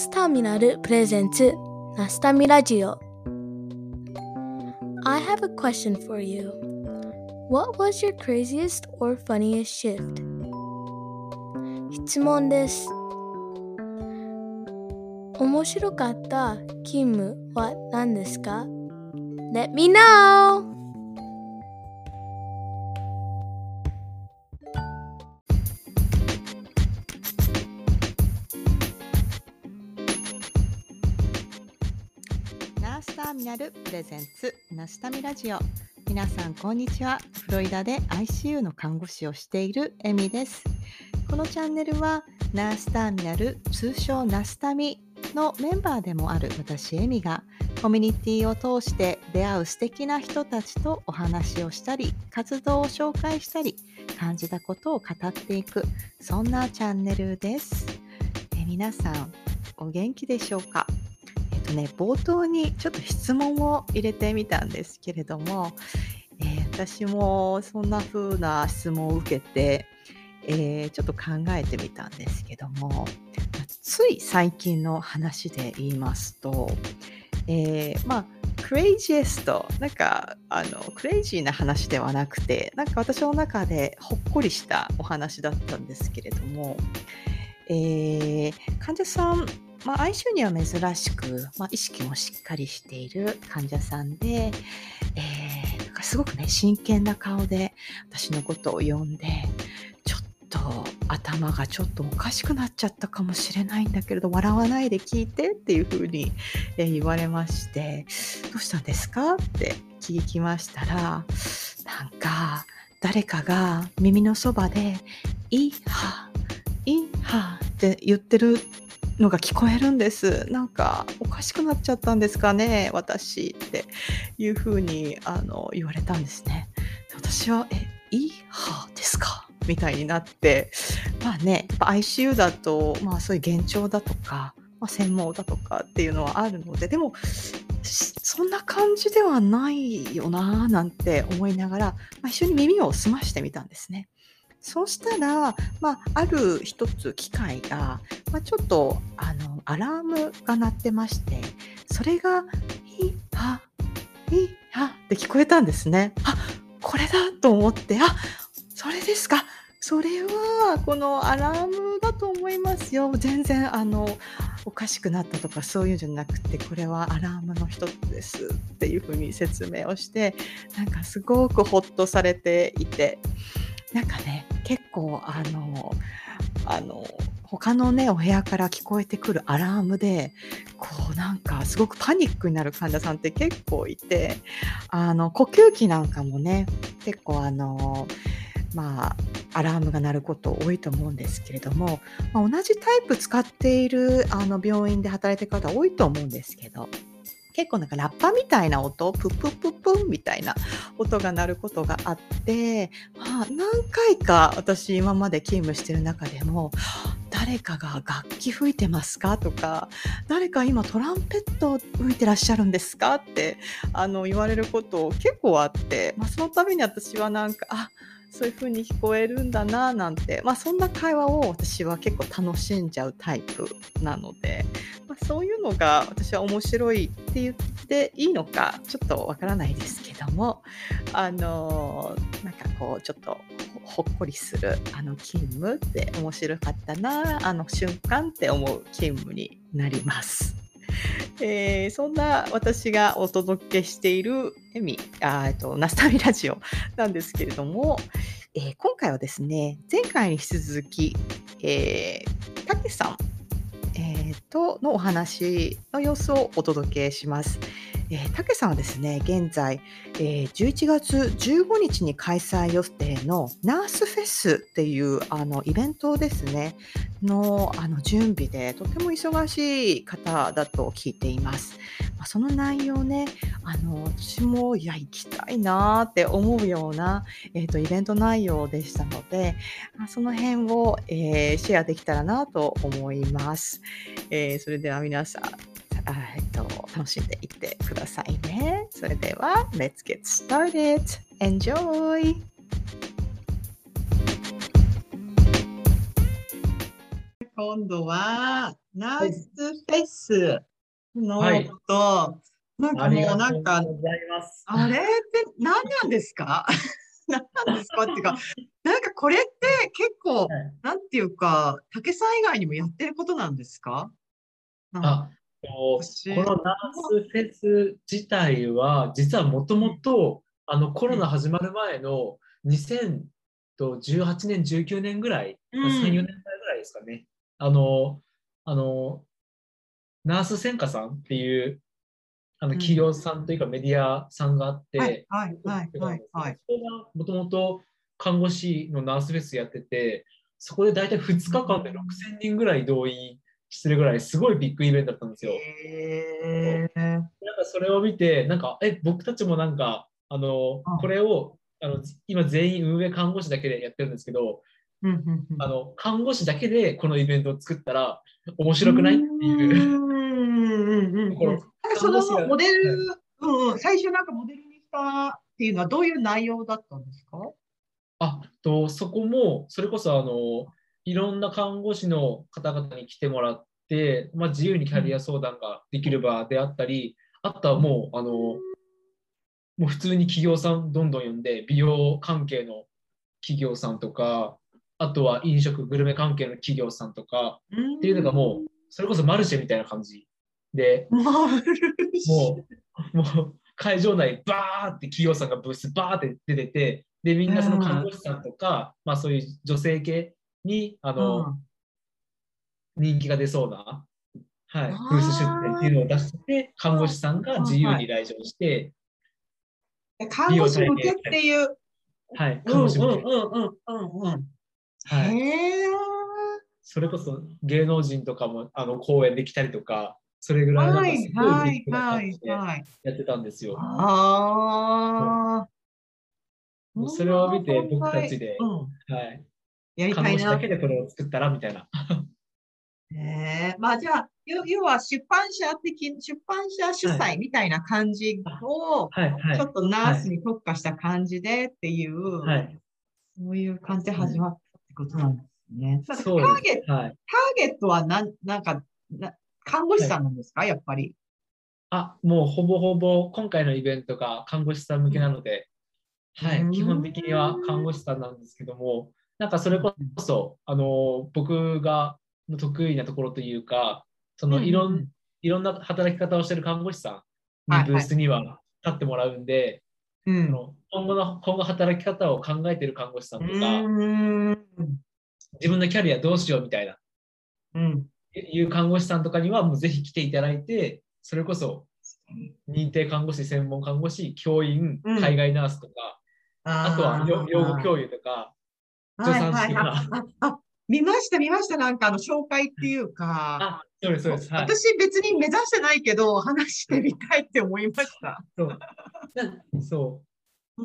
ナスタミナルプレゼンツナスタミラジオ I have a question for you. What was your craziest or funniest shift? 質問です。面白かった勤務は何ですか？ Let me know! ナースターミナルプレゼンツナスタミラジオ。皆さんこんにちは。フロリダで ICU の看護師をしているエミです。このチャンネルはナースターミナル、通称ナスタミのメンバーでもある私エミがコミュニティを通して出会う素敵な人たちとお話をしたり、活動を紹介したり、感じたことを語っていく、そんなチャンネルです。皆さんお元気でしょうか？冒頭にちょっと質問を入れてみたんですけれども、私もそんな風な質問を受けて、ちょっと考えてみたんですけども、つい最近の話で言いますと、クレイジエスト、クレイジーな話ではなくて、私の中でほっこりしたお話だったんですけれども、患者さん、ICU には珍しく、意識もしっかりしている患者さんで、すごくね、真剣な顔で私のことを呼んで、ちょっと頭がちょっとおかしくなっちゃったかもしれないんだけれど、笑わないで聞いてっていうふうに言われまして、どうしたんですかって聞きましたら、誰かが耳のそばでイーハーイーハーって言ってるのが聞こえるんです。おかしくなっちゃったんですかね、私っていうふうに言われたんですね。私はイーハーですかみたいになって、ICU だと、そういう幻聴だとか、専門だとかっていうのはあるので、でもそんな感じではないよななんて思いながら、一緒に耳を澄ましてみたんですね。そうしたら、ある一つ機械が、ちょっとアラームが鳴ってまして、それがヒーハヒーハって聞こえたんですね。これだと思って、それですか。それはこのアラームだと思いますよ。全然おかしくなったとかそういうんじゃなくて、これはアラームの一つですっていうふうに説明をして、すごくほっとされていて、結構他のねお部屋から聞こえてくるアラームですごくパニックになる患者さんって結構いて、呼吸器なんかもね結構アラームが鳴ること多いと思うんですけれども、同じタイプ使っている病院で働いてる方多いと思うんですけど、結構ラッパみたいな音、プップップップンみたいな音が鳴ることがあって、何回か私今まで勤務してる中でも、誰かが楽器吹いてますかとか、誰か今トランペット吹いてらっしゃるんですかって言われること結構あって、その度に私はそういう風に聞こえるんだななんて、そんな会話を私は結構楽しんじゃうタイプなので、そういうのが私は面白いって言っていいのかちょっとわからないですけども、ちょっとほっこりする勤務って面白かったな、瞬間って思う勤務になります。そんな私がお届けしているナスタミラジオなんですけれども、今回はですね、前回に引き続き、たけさん、のお話の様子をお届けします。たけさんはですね、現在、11月15日に開催予定のナースフェスっていうイベントですねの準備でとても忙しい方だと聞いています。その内容ね、私も行きたいなって思うような、イベント内容でしたので、その辺を、シェアできたらなと思います。それでは皆さん、楽しんでいってくださいね。それでは Let's get started! Enjoy! 今度はナーはい。 スフェスのこはい。 と、なんかありがともうなんか、 うございます。 あれって何なんですか？何なんですかっていうか、なんかこれって結構、 はい。 なんていうか、竹さん以外にもやってることなんですか？なんかあ、こ私、 のナースフェス自体は、実はもともうん、 と、コロナうん、 始まる前の2018年、19年ぐらい、 う 3、4 ん、 年前ぐらいですかね。あの、あの、ナース専科さんっていう企うん。 業さんというかメディアさんがあっはい、 て、 はい、はい、 てたはい、 んですけど、 はい。 それがもともと看護師のナースフェスやってて、そこで大体2日間で6000人ぐらい動員してるぐらい、すごいビッグイベントだったんですよ。 えー、 なんかそれを見て、なんか、僕たちもなんか、これを、今全員運営看護師だけでやってるんですけど、 うん、うん、うん。 看護師だけでこのイベントを作ったら面うー白くないっていうん、うん、うん。 ところ、 なんかそ看護師が、 のモデル、 はい。 うんうん、最初なんかモデルにしたっていうのはどういう内容だったんですか？ そこも、それこそいろんな看護師の方々に来てもらって、まあ、自由にキャリアうん。 相談ができる場であったり、あとはもう、もう普通に企業さんどんどん呼んで、美容関係の企業さんとか、あとは飲食、グルメ関係の企業さんとかうーっていうのがもう、 ん。 それこそマルシェみたいな感じで、 マルシももう会場内バーって企業さんがブースバーって出てて、で、みェ。うんなその看護ん。 師さんとか、まあそういう女性系に、 うん。 人気が出そうな、はい、ブース出店っていうあのを出して、看護師さんがあ、 自由はい。 に来場して、 看護美容体師向けっ験したり、 ていう。 はい、 うんうん看護師向け。 うんうんうんうん。 はい。 へえ。 それこそ芸能人とかも公演できたりとか、それぐらいなんはいかすごいはいビッグなはい感じではい。 やってたんですよ。 ああ、そんなそれを見て僕考え、 たちで、 うん。 はい、 やりた看護師だいな。 けでこれを作ったらみたいな。 まあじゃあ、要は出版社主はい。 催みたいな感じあ、 を、 はい、はい、 ちょっとナーはい、 スに特化した感じでっていう、 はい。 そういう感じではい、 始まったってことなんですね。なんかそうです。はい。 ターゲットはなんか、看護師はい。 さんなんですかやっぱり？ もうほぼほぼ今回のイベントが看護師さん向けなうん。 ので、 うーはい。基本的には看ん。 護師さんなんですけども、なんかそれこうん。 そ、僕がの得意なところというか、そうん。 のうん。うん。 いろんな働き方をしている看護師さんにはいはい。 ブースには立ってもらうんで、 うん。 今後働き方を考えている看護師さうんとか、 ーん。 自分のキャリアどうしようみたいな、 うん。 いう看護師さんとかにはもうぜひ来ていただいて、それこそ認定看護師、専門看護師、教員、 うん。 海外ナースとか、あとはああ。 養護教諭とか、助産はいはい。 師とか、 見ました、見ました。なんか紹介っていうか、 そうです、そうです、はい。 私別に目指してないけど、話してみたいって思いました。 そう。そう。 うん。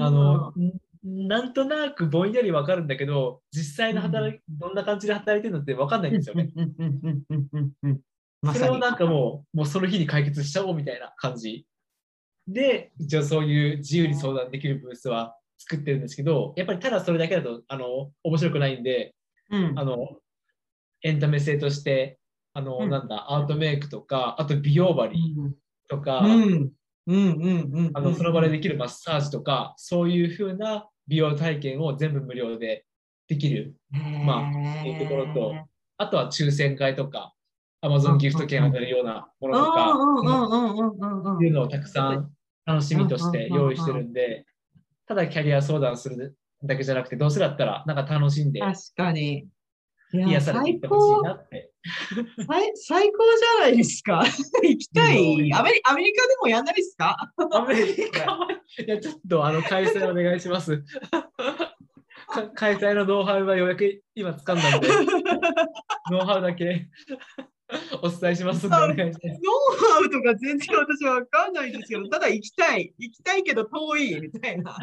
なんとなくぼんやりわかるんだけど、実際うん。 どんな感じで働いてるのってわかんないんうん。 ですよね。 うん。うん。うん。うん。うん。うんうん。まさに。 それをなんかもうその日に解決しちゃおうみたいな感じで、一応そういう自由に相談できるブースは作ってるんですけど、やっぱりただそれだけだと、面白くないんで、 うん。 あの、エンタメ性として、 うん。 アートメイクとか、あと美容針うん。 とうか、 ん。うん。うん。うん。うん。 その場うん。 でできるマッサージとか、そういう風な美容体験を全部無料でできる、 へまあ、っていうところと、 え。 あとは抽選会とか、 う Amazon ん。 ギフト券当たうん。 るようなもうん。 のとか、 うん。 そううん。うん。うん。うん。うん。 いうのをたくさん楽しうん。 みとしてうん。 用意してうん。 るんで、ただキャリア相談するだけじゃなくて、どうせだったら、なんか楽しんで、 確かに。いや、 癒されていってほしいなって、 最高じゃないですか。行きいうたい。 のを今、 アメリカでもやんないですか？ アメリこれ。 カは、いや、ちょっと開催お願いします。開催のノウハウはようやく今掴んだんで、ノウハウだけお伝えしますんでおノ願いします。 ウハウとか全然私わかんないんですけど、ただ行きたい。行きたいけど遠いみたいな。 はい。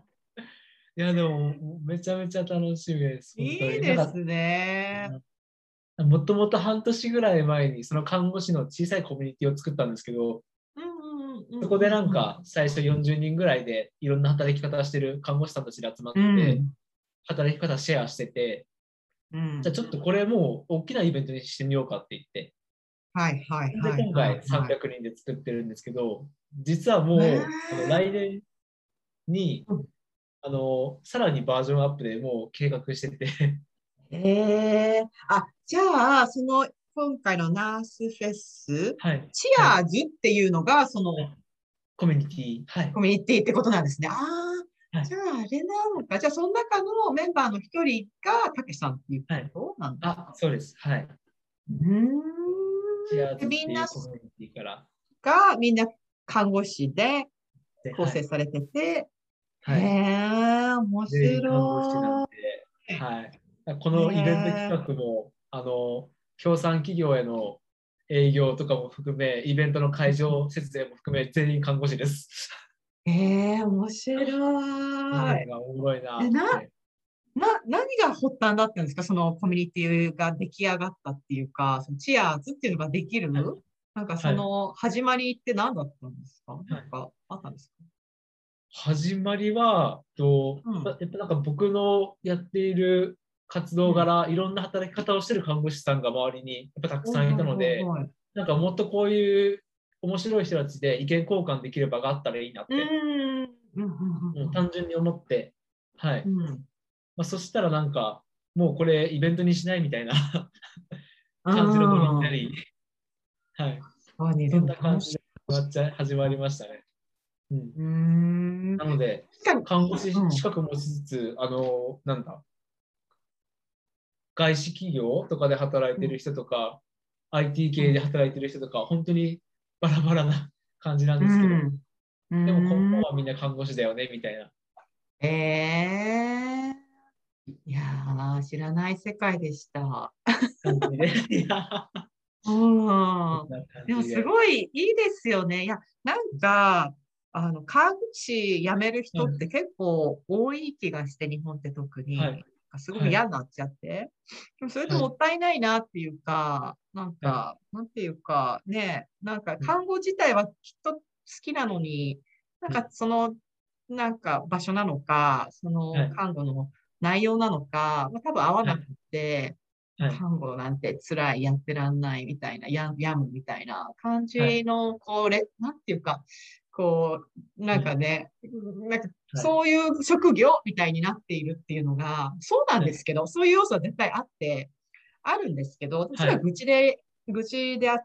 いや、でも、めちゃめちゃ楽しみです、本当に。なんか、 いいですね。 もともと半年ぐらい前に、その看護師の小さいコミュニティを作ったんですけど、 うんうんうんそこでうんうん。 最初40人ぐらいでいろんな働き方をしてる看護師さんたちで集まっうて、 ん。 働き方シェアしてて、 うん。 じゃあちょっとこれもう大きなイベントにしてみようかって言って、 はいはいで、 はい今回はいはい。 300人で作ってるんですけど、実はもう、来年に、さらにバージョンアップでもう計画してて、 じゃあ、今回のナースフェス、 はい、 チはい、 アーズっていうのが、そのはいコミュニティ、はい、 コミュニティってことなんですね。 はい、 じゃあ、あれなのか。じゃあ、その中のメンバーの一人が、たけしさんっていうはい。 ことなんですあ、 か？ そうです。はい。 うーん。 チアーで、 ズっていうコミュニティからみんな看護師でで、はい、 構成されてて、へはい。 え、面全員看護師なん白で、はい。こい。へのイベント企え、 画も、協賛企業への営業とかも含め、イベントの会場設営も含め、全員看護師です。 面こういう白い。 のがおもろいなえ、 って。 何が発端だったんですか？そのコミュニティが出来上がったっていうか、そのチアーズっていうのができる、 はい。 なんかそはい。 の始まりって何だったんですか？なはい。 んかあったんですか？ 始まりは、 うん、 やっぱなんか僕のやっている活うん。 動柄、いろんな働き方をしている看護師さんが周りにやっぱたくさんいたはいはいので、 はいはい。 なんかもっとこういう面白い人たちで意見交換できる場があったらいいなっうーて、 ん、うん、うん、 単純に思って、はい。 うん。うん。 まあ、そしたらなんか、もうこれイベントにしないみたいな感じのノリになあり、はい。 あ、でそんも楽しな感じで始まりましたね。うん。 い。うーん。 なので、 確かに、 看護師資うん、 格持ちつつ、なんだ、外資企業とかで働いてるうん、 人とか、IT 系でうん、 働いてる人とか、本当にバラバラな感じなんうですけど、 ん。うでも根ーん。 本はみんな看護師だよね、みたいなええ、いやー、知らない世界でした。 感じで、いや、 うん。 こんな感でもじで。 すごいいいですよね。いや、なんか、看護師辞める人ってはい、 結構多い気がして、日本って特はい、 に。すごくはい、 嫌になっちゃって。でもそれってはい、 もったいないなっていうか、 はい、 なんていうか、ね、なんかうん看護自体はきっと好きなのに、なんうんかその、なんか場所なのか、そのはい、 看護の内容なのか、多分合わなくはい、 て、 はい、 看護なんて辛い、やってらんないみたいな、やむみたいな感はい、 じの、なんていうか、なんかね、なんかはい、 そういう職業みたいになっているっていうのが、そうなんはい、 ですけど、そういう要素は絶対あって、あるんですけど、それははい、 愚痴であって、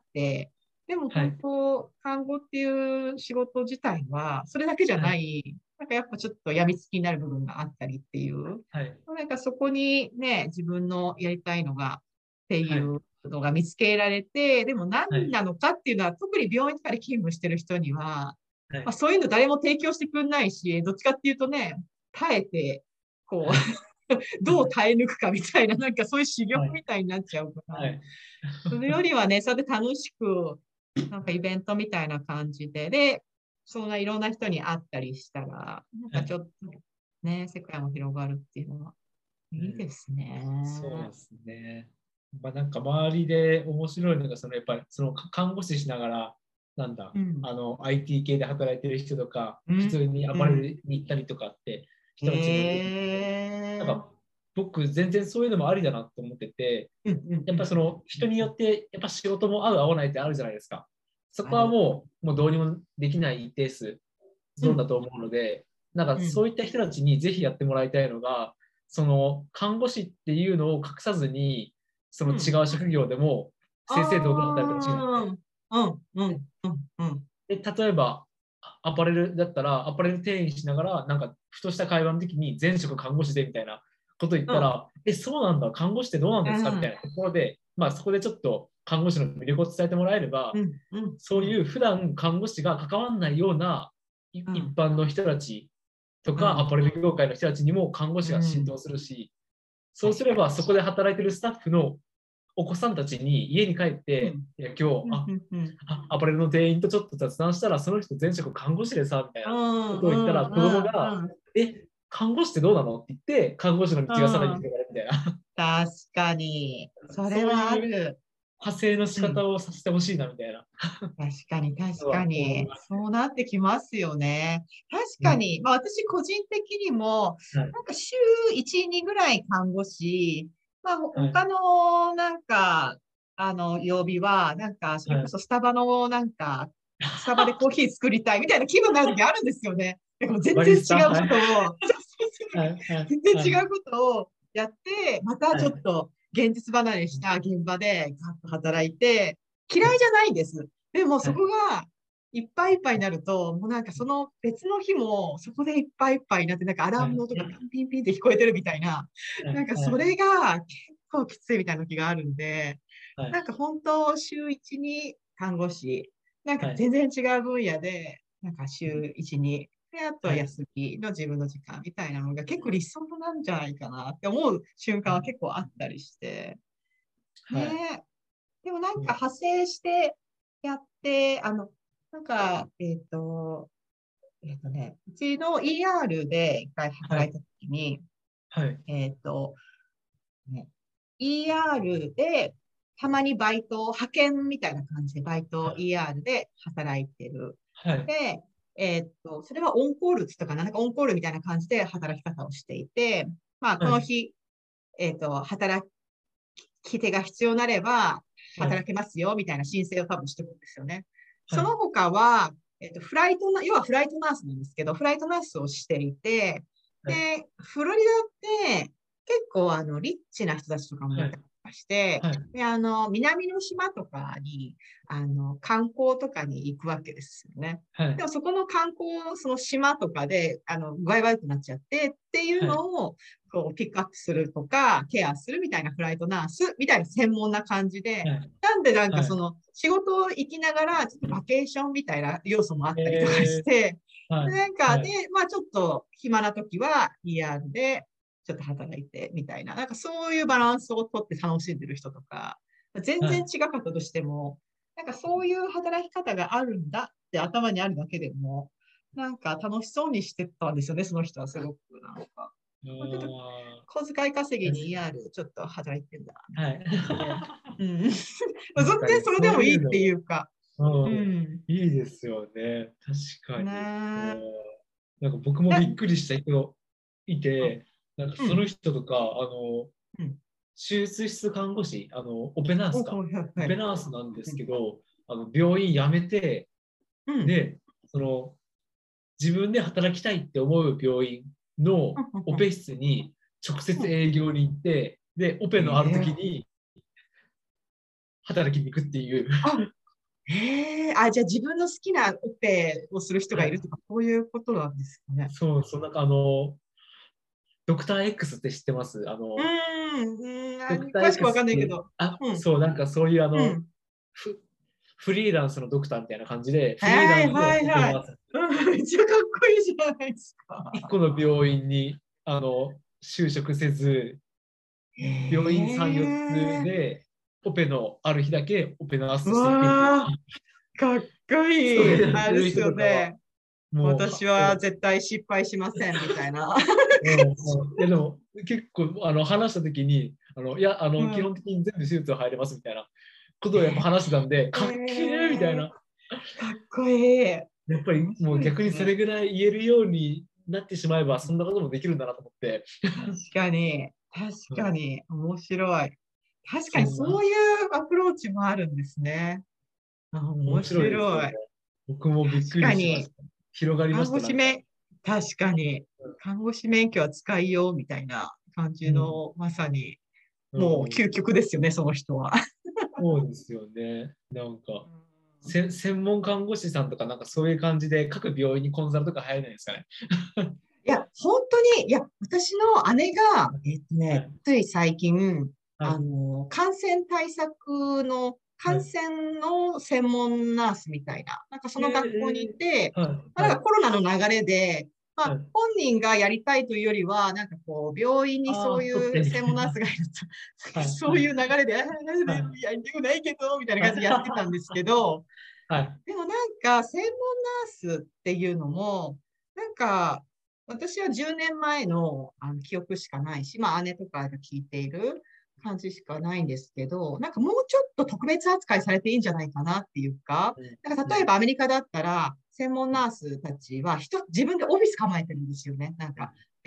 でも本はい、 当、看護っていう仕事自体は、それだけじゃはい、 ない、なんかやっぱちょっと病みつきになる部分があったりっていう、 はい、 なんかそこにね、自分のやりたいのが、ってはい、 いうのが見つけられて、でも何はい、 なのかっていうのは、特に病院とかで勤務してる人には、 はい、 そういうの誰も提供してくんないし、どっちかっていうとね、耐えて、こはい、 う、どう耐え抜くかみたいな、なんかそういう修行はい、 みたいになっちゃうから、 はい、 それよりはね、それで楽しく、なんかイベントみたいな感じで、そんないろんな人に会ったりしたら、なんはい、 かちょっとね、世界も広がるっていうのは、いいでうん、 すね。 そうですね。まあ、なんか周りで面白いのが、やっぱり看護師しながら、なんだ、 うん。 IT 系で働いてる人とか、 うん。 普通にアパレうん。 ルに行ったりとかって人たちもいるので、なんえか僕全然そういうのもありだなって思ってて、 うんうんやっぱりその人にようん。 ってやっぱ仕事も合う合わないってあるじゃないですか。そこはある。 もうどうにもできない一定数うん。 ゾーンだと思うので、なんかうん。 そういった人たちにぜひやってもらいたいのが、その看護師っていうのを隠さずに、そのうん。 違う職業でも正々堂々働いてほしいなって。 ああ、うん、うん、うん、うん。 で、例えば、アパレルだったら、アパレル店員しながら、なんか、ふとした会話の時に、前職看護師でみたいなこと言っうん、 たら、そうなんだ、看護師ってどうなんうですかみたいん、 なところで、まあ、そこでちょっと看護師の魅力を伝えてもらえれば、 うん、うん、うん、 そういう普段看護師が関わらないような一うん、 般の人たちとか、アうん、 パレル業界の人たちにも看護師が浸透するし、そうすれば、そこで働いてるスタッフのお子さんたちに家に帰って、 うん、 いや今日、 うん、うん、うん、 アパレルの店員とちょっと雑談したら、その人前職看護師でさ、みたいなこうん、うとを言ったら、子供ん、 が、 うん、 看護師ってどうなのって言って、看護師のう道がさらにん。 広がるみたいな、 確かに。それはあそういうる。 派生の仕うん。 方をさせてほしいな、みたいな確かに、確のは思いかに。 ます。 そうなってきますよね。確うん。 かに。私個人的にも、 はい。 なんか週1、2ぐらい看護師、 はい。 他の、なんか、 曜日は、なんか、それはい。 こそスタバの、なんか、スタバでコーヒー作りたいみたいな気分になる時あるんですよね。でも全然バリスタ、 違うこはい。 とを、そうそうそう、 はい。はい。 全然はい。 違うことをやって、またはい。 ちょっと現実離れした現場でガッと働いて、嫌はい。 いじゃないんです。でもそはい。 こがいっぱいいっぱいになると、もうなんかその別の日もそこでいっぱいいっぱいになって、なんかアラームの音がピンピンピンって聞こえてるみたいな、なんかそれが結構きついみたいな時があるんで、 はい。 なんか本当週1に看護師、なんかはい。 全然違う分野で、なんか週1に、で、あとははい。 休みの自分の時間みたいなのが結構理想なんじゃないかなって思う瞬間は結構あったりして、ねはい。 え。でもなんかうん。 派生してやって、なんか、うちの ER で一回はい。 働いたときに、 はい。 えっと、ね、ER でたまにバイト、派遣みたいな感じでバイト ER で働いてる。 はい。 で、それはオンコールって言ったかな、なんかオンコールみたいな感じで働き方をしていて、まあ、こはい。 の日、働き手が必要なればはい。 働けますよみたいな申請を多分してるんですよね。 はい。 その他は、フライトな、要はフライトナースなんですけど、フライトナースをしていて、 はい。 で、フロリダって結構リッチな人たちとかもいたりとはい。 かして、 はい。 で、南の島とかに、観光とかに行くわけですよね。 はい。 でもそこの観光、その島とかで、具合悪くなっちゃってっていうはい。 のを、こう、ピックアップするとか、ケアするみたいなフライトナースみたいな専門な感じで、 はい。 なんでなんかはい。 その仕事を行きながら、ちょっとバケーションみたいな要素もあったりとかしえて、 はでなんい。 か、で、 はい。 まあちょっと暇な時は ER でちょっと働いてみたいな、なんかそういうバランスをとって楽しんでる人とか、全然はい。 違かったとしても、なんかそういう働き方があるんだって頭にあるだけでも、なんか楽しそうにしてたんですよね、その人はすごくなんか。ちょっとあ小遣い稼ぎあ、 に ER ちょっと働いてんだ、みたいはい。 な感じで。うん。全確かに、 然それでそうもいいっていうの、 いうか。ううん、 ん。 いいですよね。確かねに。うえ。 ん、なんか僕もびっくりした人いて、なんかそのうん。 人とか、 うん。 手術室看護師、オペナースお、 か。 はいはいオペはい。 ナースなんでうん。 すけど、病院辞めて、 うん。 で、自分で働きたいって思う病院のオペ室に直接うん。 営業に行って、で、オペのある時ええ、 に働きに行くっていう。 あ、あ、じゃあ自分の好きなオペをする人はい。 がいるとか、そういうことなんですかね。 そうそう、なんかドクター X って知ってます？ うーん、 ドクター詳しくわか X って、 んないけど。うん。 そう、なんかそういううん。 フ、フリーランスのドクターみたいな感じで、フリーラはいンスではいはい。 オペ回す。 うん、めっちゃかっこいいじゃないですか。 一個の病院に、就職せず、 へ病院3、4つえ。 で、オペのある日だけオペナースうとして行くっていう、 わー、かっこそういい。 いうやってるあれです人とかは、 よね。 もう、 私は絶対失敗しませんみたいな。 いやでも、結構、話したときに、いや、基うん。 本的に全部手術は入れますみたいなことをやっぱ話してたんで、 えかっけーみたいー、 な。 かっこいい。 やっぱり面白いもう逆にそれですね。 ぐらい言えるようになってしまえば、そんなこともできるんだなと思って、 確かに、確うん、 かに、面白い。確かにそんな、 そういうアプローチもあるんですね。あ、面面白いですよね。 白い。 僕もびっく確かに、 りしました。広がりま看した、なんか。 護師免、確かに、看護師免許は使いようみたいな感うん。 じの、まさに、 うん。 もう究極ですよね、その人は。 そうですよね。なんか、 うん、 専門看護師さんとか、なんかそういう感じで、各病院にコンサルとか入らないですかね。 いや、本当に、いや、私の姉が、 はい。 つい最近、 はい。 感染対策の、感はい。 染の専門ナースみたいな、なんかその学校にいて、 はい。 まあ、なんかはい。 コロナの流れで、まあ、 はい。 本人がやりたいというよりは、なんかこう、病院にそうああ、取っていう専門ナースみたいな。 がいると、 はい。 そういうはい。 流れで、 はい。 やりたくないけど、みたいな感じでやってたんですはけど、 い。 でもなんか、専門ナースっていうのも、なんか、私は10年前の、記憶しかないし、まあ姉とかが聞いている感じしかないんですけど、なんかもうちょっと特別扱いされていいんじゃないかなっていうか、 うん。 なんか例えうん。 ばアメリカだったら、専門ナースたちは自分でオフィス構えてるんですよね。なんか、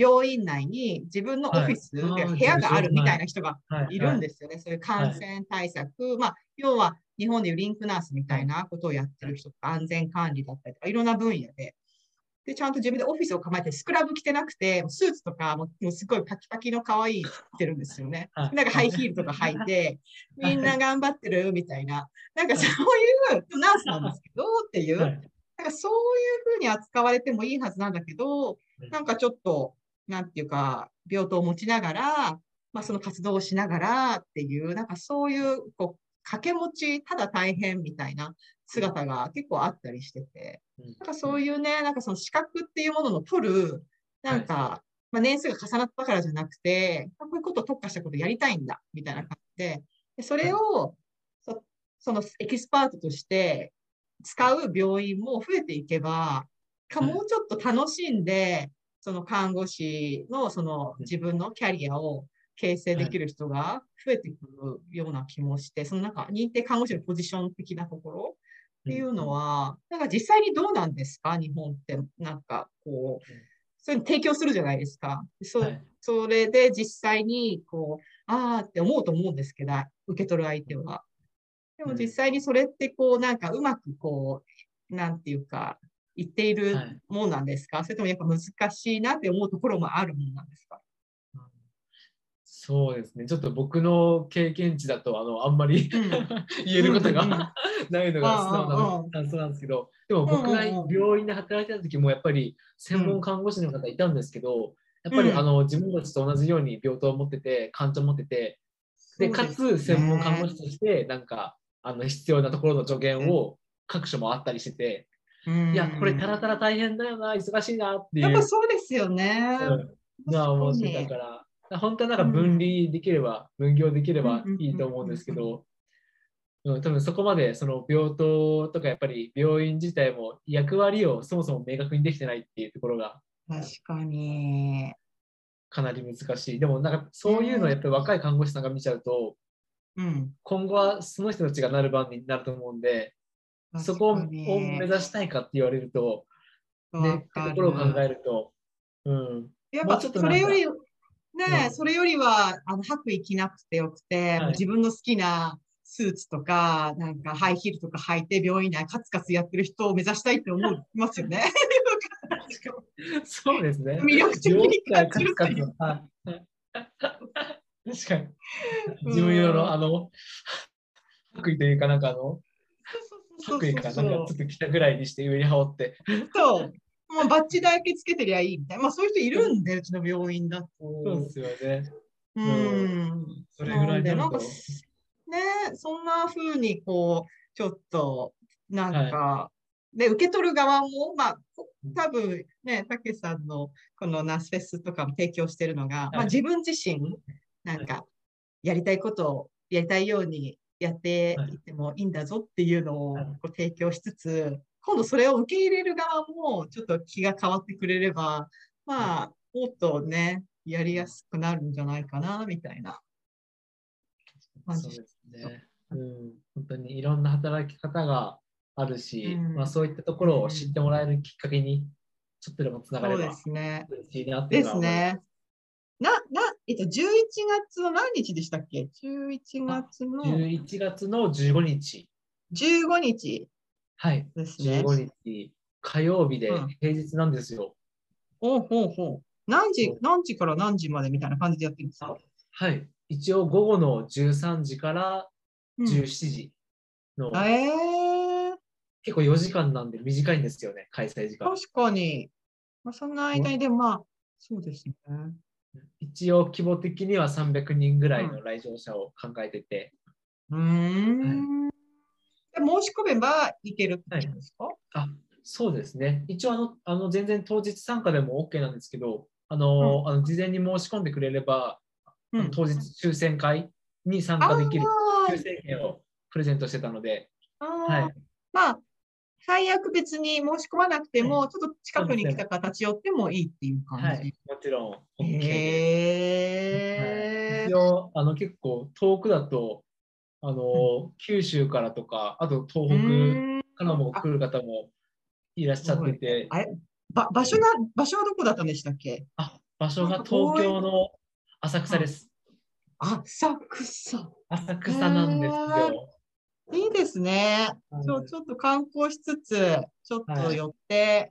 病院内に自分のオフィス、 はい、 部屋があるみたいな人がはい、 いるんですよね。そういう感染対策。まあ、要は日本でいうリンクナースみたいなことをやってる人とか、安全管理だったりとか、いろんな分野で。で、ちゃんと自分でオフィスを構えて、スクラブ着てなくて、スーツとかもすごいパキパキの可愛い着てるんですよね。 はい、 なんかハイヒールとか履いて、みんな頑張ってるみたいな。なんかそういうナースなんですけどっていう。なんかそういうふうに扱われてもいいはずなんだけど、なんかちょっと、なんていうか、病棟を持ちながら、まあその活動をしながらっていう、なんかそういう、こう、掛け持ち、ただ大変みたいな姿が結構あったりしてて、なんかそういうね、なんかその資格っていうものの取る、なんか、まあ、年数が重なったからじゃなくて、こういうことを特化したことやりたいんだ、みたいな感じで、それをそのエキスパートとして使う病院も増えていけば、もうちょっと楽しんで、その看護師のその自分のキャリアを形成できる人が増えてくるような気もして、そのなんか認定看護師のポジション的なところっていうのは、なんか実際にどうなんですか日本って。なんかこう、そういうの提供するじゃないですか。それで実際にこう、ああって思うと思うんですけど、受け取る相手は。でも実際にそれってこう、なんかうまくこう、なんていうか、言っているもんなんですか、それともやっぱ難しいなって思うところもあるもんなんですか？ そうですね。ちょっと僕の経験値だと、あんまり言えることがないのが素直な感想なんですけど、でも僕が病院で働いてた時もやっぱり専門看護師の方いたんですけど、やっぱり自分たちと同じように病棟を持ってて、患者を持ってて、で、かつ専門看護師として、なんか、必要なところの助言を各所もあったりしてて、いや、これたらたら大変だよな、忙しいなっていう。 やっぱそうですよね。 のは思ってたから、本当はなんか分離できれば、分業できればいいと思うんですけど、多分そこまでその病棟とかやっぱり病院自体も役割をそもそも明確にできてないっていうところが確かに。 かなり難しい。でもなんかそういうのをやっぱり若い看護師さんが見ちゃうと、今後はその人たちがなる番になると思うんで、そこを目指したいかって言われると、ね、ってところを考えると、もうちょっとそれより、 ね、 それよりは、白衣着なくてよくて、もう自分の好きなスーツとか、なんかハイヒールとか履いて病院内カツカツやってる人を目指したいって思いますよね。 そうですね。 魅力的に感じるっていう。 確かに。自分用の白衣というか、なんか白衣か、なんかちょっと着たぐらいにして上に羽織って。 そう。もうバッジだけつけてりゃいいみたいな。まあそういう人いるんで、うちの病院だと。 そうですよね。 それぐらいで、なんか、ね、そんな風にこう、ちょっと、なんか、で、受け取る側も、まあ、多分ね、たけさんのこのナスフェスとかも提供してるのが、まあ自分自身、なんか、やりたいことをやりたいようにやっていってもいいんだぞっていうのをこう提供しつつ、今度それを受け入れる側もちょっと気が変わってくれれば、まあ、もっとね、やりやすくなるんじゃないかな、みたいな感じ。 そうですね。本当にいろんな働き方があるし、まあそういったところを知ってもらえるきっかけに、ちょっとでもつながれば嬉しいなっていうのは思います。 11月の何日でしたっけ ?11 月の。 11月の15日。 15日。 はい。ですね。15日、火曜日で平日なんですよ。 ほう。何時から何時までみたいな感じでやってるんですか？ はい。一応午後の13時から17時の。結構4時間なんで短いんですよね、開催時間。 確かに。まあ、そんな間にでもまあ、そうですね。 一応規模的には300人ぐらいの来場者を考えてて。 申し込めばいけるってことですか？ そうですね。一応全然当日参加でも OK なんですけど、事前に申し込んでくれれば、当日抽選会に参加できる抽選券をプレゼントしてたので、 まあ、最悪別に申し込まなくても、ちょっと近くに来たか立ち寄ってもいいっていう感じ。 もちろん OK です。一応結構遠くだと九州からとか、あと東北からも来る方もいらっしゃってて。 場所はどこだったんでしたっけ？ 場所がなんか東京の浅草です。 浅草。 浅へ草なんですえ、 よ。 いいですね。 はちょっと観光しつつ、ちょっい。はい。 と寄って、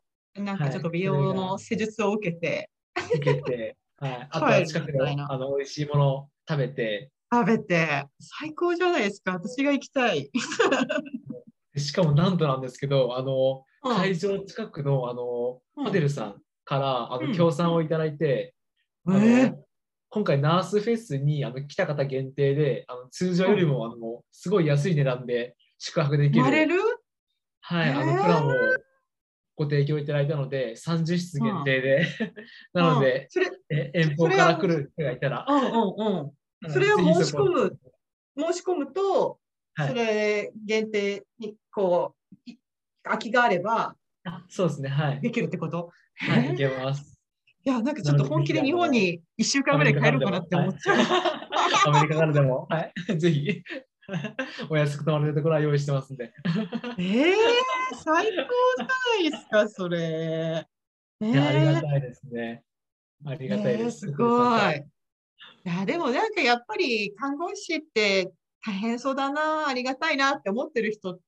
なんかはい。 ちょっと美それが容の施術を受けて受けて、はい。あとは帰る近くでみたいな。 美味しいものを食べて、 食べて、最高じゃないですか。私が行きたい。 しかもなんとなんですけど、 うん、 会場近くの、 うん、 ホテルさんから、 うん。 協賛をいただいて、 えあの、 ー、 今回ナースフェスに来た方限定で、通常うん。 よりもすごい安い値段で宿泊できる、 泊まれる。 はい、 へえ、 プランをご提供いただいたので、30室うん、 限定でなのうん。 で、遠方かそれは、 ら来る人がいたら、 うん。そはい、 れはぜひそこ、 申し込むと、そはい、 れ限定に、空きがあればそうですね、はい、 できるってこと？へはい、いえ。 けます。 いや、なんかちょっとなので、ぜひ、 本気で日本に1週間ぐらいアメリカ帰ろうかなっからでも、はい。 て思っちゃう。 アメリカからでも、はい。ぜひ、お安く泊まれるところは用意してますんで。 ええ、最高じゃないですか、それ。えいや、ありがえたいですね。ありがたいです。 すホテルさんからも。 ごい。いや、でもなんかやっぱり看護師って大変そうだな、ありがたいなって思ってる人って、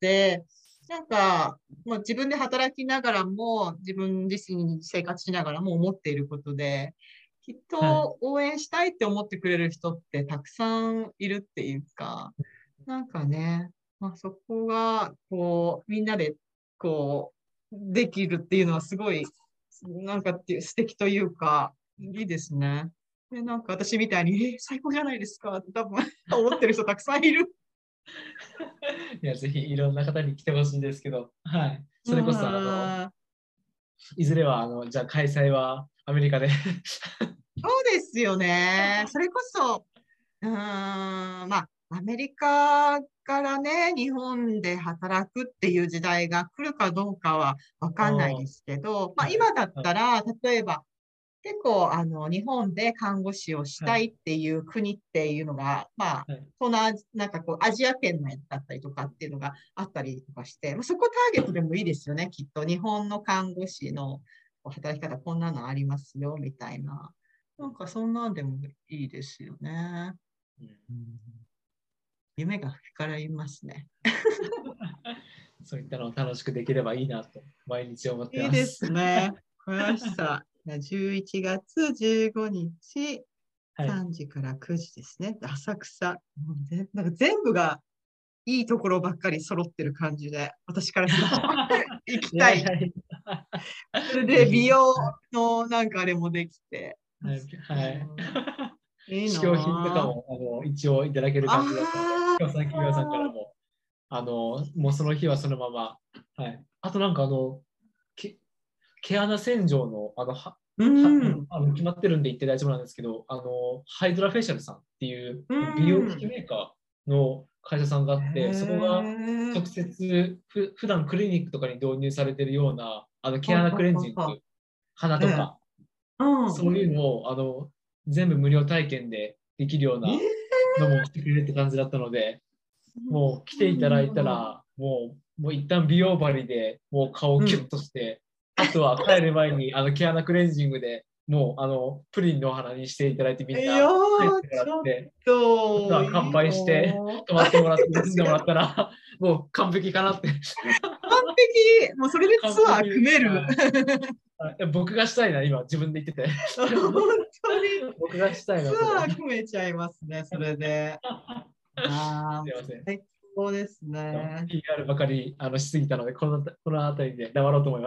なんか、もう自分で働きながらも、自分自身に生活しながらも思っていることで、きっはい。 と応援したいって思ってくれる人ってたくさんいるっていうか、なんかね、まあ、そこが、みんなで、できるっていうのはすごい、なんかっていう素敵というか、いいですね。で、なんか私みたいに、最高じゃないですかって多分思ってる人たくさんいる。 いや、ぜひいろんな方に来てほしいんですけど、はい。 うそれこそ、 ーん、 いずれは、じゃあ開催はアメリカで。 そうですよね。それこそ、まあ、アメリカからね、日本で働くっていう時代が来るかどうかはわあかんないでー、 すけど、まあ、 はい。 今だっはい。 たら、例えば、結構、日本で看護師をしはい。 たいっていう国っていうのが、まあ、 はい。 東南アジなんかアジア圏内だったりとかっていうのがあったりとかして、まあ、そこターゲットでもいいですよね、きっと。日本の看護師の働き方、こんなのありますよ、みたいな。なんかそんなんでもいいですよね。 うん、 うん、夢が膨らみますね。 そういったのを楽しくできればいいなと、毎日思っていいでます。 すね。わかりました。11月15日、 はい。 3時から9時ですね。浅草。もうなんか全部がいいところばっかり揃ってる感じで、私からすると行きいたい。 やいやいそれや、ぜひ。 で美容のなんかあれもできて。 はい。はい。 うん、いい試供品とかなも一応いただけるあ。 感じだったので、 あ協賛企業さんからあ、 も、 いいもうそのですね。 日はそのまま、はい。あとなんか毛毛穴洗浄の、 うもうん。 決まってるんで言って大丈夫なんですけど、ハイドラフェイシャルさんっていうう美容機器ん。 メーカーの会社さんがあって、そこへが直え。 接普段クリニックとかに導入されているような毛穴クははレンジング、 はは。ええ。 鼻とか、 うん。 そういうのを全部無料体験でできるようなええ、 のもしてくれるって感じだったので、 すもう来ごいていただいたな。 ら、もう一旦美容針でもう顔をキュッうん。 として、あとは帰る前に毛穴クレンジングでもうプリンのお花にしていただいてみんいやな帰っー、 てもらちょっって、あとと、 は乾いいな杯してー。 泊まってもらって休んでもら確かに。 ったらもう完璧かなって。 完璧。もうそれで完ツアー組璧。 める。 はい。僕がしたいな、今自分で言ってて。 本当に僕がしたいツな、それ。 アー組めちゃいますね、それで。ああ、 すいません。 最高ですね。 PR ばかりしすぎたので、この辺りで黙ろうと思います。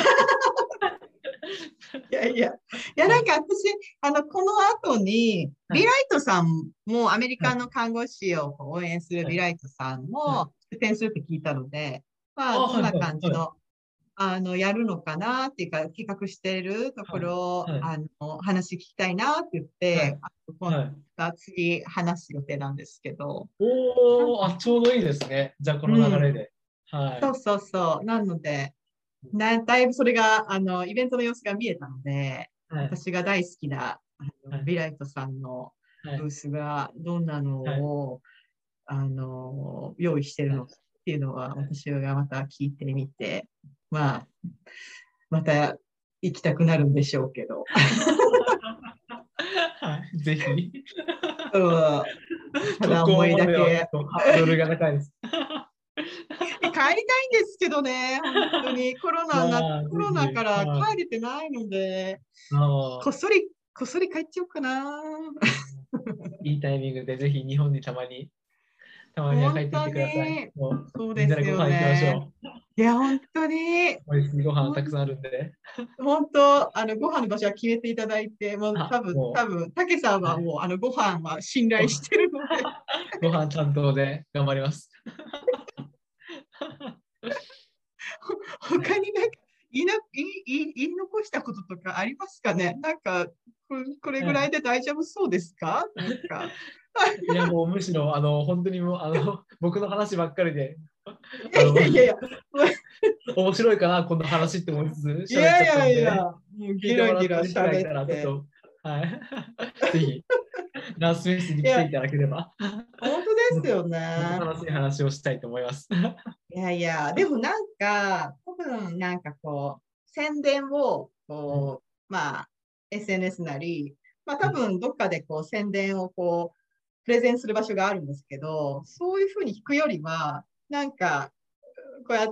いやいや、いや、 はい。 なんか私、この後に、 はい。 ビライトさんも、アメリはい。 カの看護師を応援するはい。 ビライトさんはい。 も出店するって聞いたので、まあ、 あ、はい。 どんなはい。はい。 感じの、やるのかなっていうか、企画しているとこはい。 ろを、 はい。 話聞きたいなって言っはい。 て、今はい。 度次話す予定なんですけど、なんおー、 か、 ちょうどいいですね。じゃあ、こうの流れん、 で。はい。 そうそうそう。なので、だいぶそれが、イベントの様子が見えたので、 はい。 私が大好きな、 はい。 ビライトさんのはい。 ブースがどんなのはい。 を、用意してるはい。 のかっていうのは、 はい。 私がまた聞いてみて、まはい。 あ、また行きたくなるんでしょうけど。 はい、ぜひ。 うんただ渡思いだ航まではけ。 ハードルが高いです。 帰りたいんですけどね、本当にコいやー、 ロナかぜひ。 らはい。 帰れてないので、 あこっそり帰っちゃおうかな。 いいタイミングでぜひ日本にたまには帰ってき本当てください。 に、 もうそうみんですよなでご飯行きましね。 ょう。 いや、本当に、 美味しいご飯ほんたくさんあるんで。 本当、ご飯の場所は決めていただいて、もうあ、もたけさんう、はい。 はもう、ご飯は信頼してるので、 ご飯担当で頑張ります。 他になんか言い残したこととかありますかね。なんか、これぐらいで大丈夫そうですかなんか。 いや、もうむしろ、本当にもう、僕の話ばっかりで、 いやいやいや、 面白いかな、こんな話って思いつつい喋っちゃったんで、 もう聞いてもらってギラギラる人がいた喋ら、ちょっって。 と、はい。ぜひ、ナースフェイスにいや、 来ていただければ、 本当ですよもっとね。 楽しい話をしたいと思います。 いやいや、でもなんか、多分なんかこう、宣伝を、まあ、SNS なり、まあ多分どっかでこう宣伝をこう、プレゼンする場所があるんですけど、そういうふうに聞くよりは、なんか、こうやって、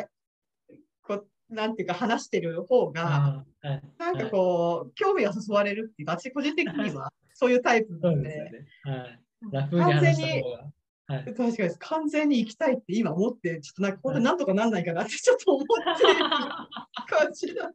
なんていうか話してる方が、 はい、 なんかはい。 こう、興味が誘われるっていうか、私個人的にはそういうタイプなそうので、 ですよね。はい。ラフに完全話した方に、 が。はい。 確かにです完全に行きたいって今思って、ちょっとなんか本はい。 当になんとかなんないかなってちょっと思っている感じになって。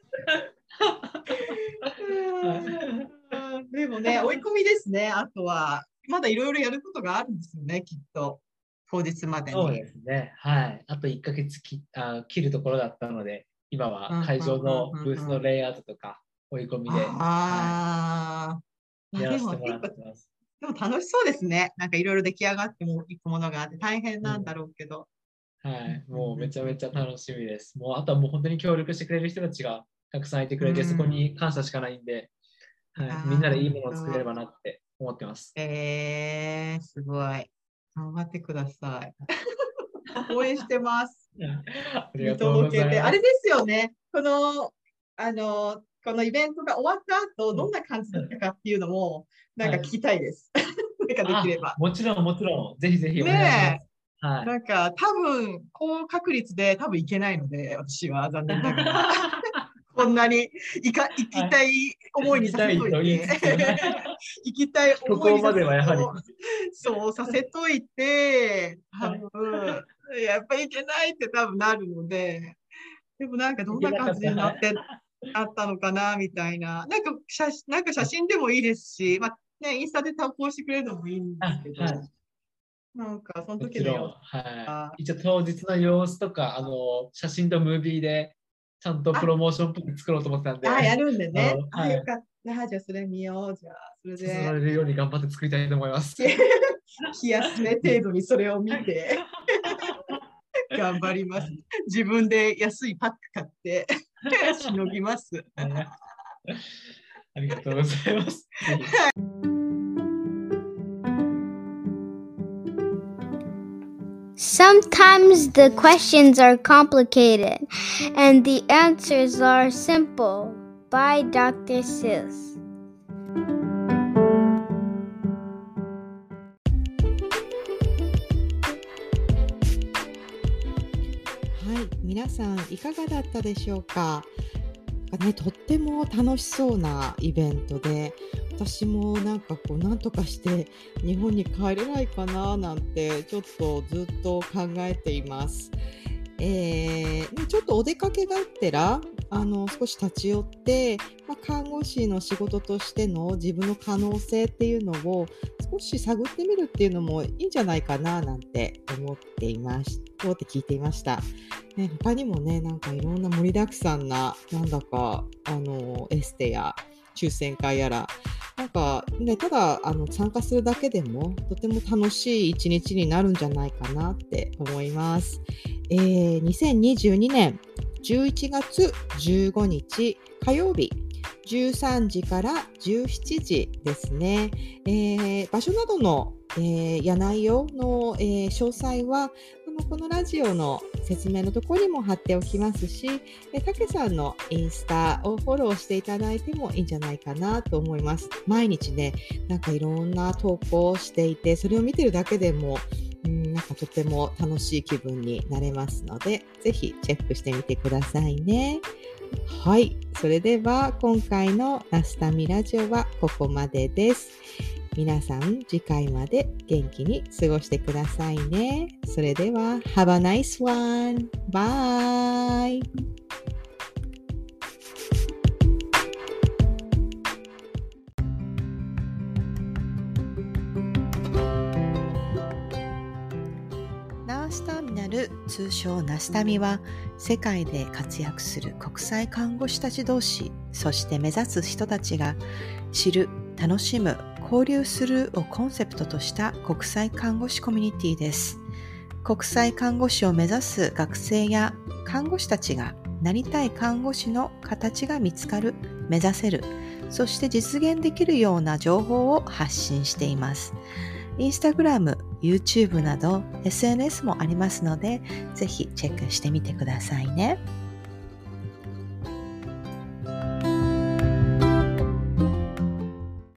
はいでもね、追い込みですね。あとは、まだいろいろやることがあるんですよね、きっと。当日までそうに。 ですね。はい。あと1ヶ月切るところだったので、今はうん会場うんうんのブースうんうん。 のレイアウトとか追い込みで、はい。 ああ、まあやらでせてもらっも結構、 てます。 でも楽しそうですね。なんかいろいろ出来上がってもいくものがあって大変なんだうん。 ろうけど。 はい。 うんもうめちゃめちゃうん楽しみです。もうあとはもう本当に協力してくれる人たちがたくさんいてくれて、そこうん。 に感謝しかないんで、 いはい。みんやー、本なでいいものを作れれば当。 なって思ってます。 すごい。頑張ってください。応援してます。 あり見がとうご届けて。あざいます。 れですよね。このイベントが終わった後、 うんどんな感じだったかっていうのも、なんか聞はい。 きたいです。なんかできれあ、 ば。 もちろん、もちろん、ぜひぜひお願いしまねす。はえ。 い。 なんか、多分、高確率で多分行けないので、私は残念ながら。こんなに行きはい。 たい思いにさせ行きたいといて、 と言いつつ、はい。 行きたい渡航思いにさせ、 まではやはり、 そうさせといて、多はい。 分、やっぱり行けないって多分なるので、でもなんかど行んな感じけなかった。はい。 になってあったのかな、みたいな。なんか写真でもいいですし、まあね、インスタで投稿してくれるのもいいんですあ、 けど、 はい。 なんかそのもちろん、 時の様子はい。 が、 一応当日の様子とか、写真とムービーで、ちゃんとプあ、 ロモーションっぽく作ろうと思ってたんやで、 るんでね。よはい。 かった。じゃあそれ見よう。じゃあ、それさせらで、 れるように頑張って作りたいと思います。 気休め程度にそれを見て頑張ります。自分で安いパック買ってしのぎます。 ありがとうございます。ぜひ。 Sometimes the questions are complicated and the answers are simple. By Dr. Seuss. はい、皆さんいかがだったでしょうか。とっても楽しそうなイベントで、私もなんかこうなんとかして日本に帰れないかななんてちょっとずっと考えています。ちょっとお出かけがてら少し立ち寄って、看護師の仕事としての自分の可能性っていうのを少し探ってみるっていうのもいいんじゃないかななんて思って聞いていました。他にもね、なんかいろんな盛りだくさんな、なんだかエステや抽選会やら、なんかね、ただ参加するだけでもとても楽しい一日になるんじゃないかなって思います。2022年11月15日火曜日13時から17時ですね。場所などの、や内容の、詳細はこのラジオの説明のところにも貼っておきますし、たけさんのインスタをフォローしていただいてもいいんじゃないかなと思います。毎日ね、なんかいろんな投稿をしていて、それを見てるだけでもなんかとても楽しい気分になれますので、ぜひチェックしてみてくださいね。はい、それでは今回のナスタミラジオはここまでです。皆さん次回まで元気に過ごしてくださいね。それでは Have a nice one! Bye! ナースターミナル、通称ナスタミは、世界で活躍する国際看護師たち同士、そして目指す人たちが知る、楽しむ、交流するをコンセプトとした国際看護師コミュニティです。国際看護師を目指す学生や看護師たちがなりたい看護師の形が見つかる、目指せる、そして実現できるような情報を発信しています。インスタグラム、YouTube など SNS もありますので、ぜひチェックしてみてくださいね。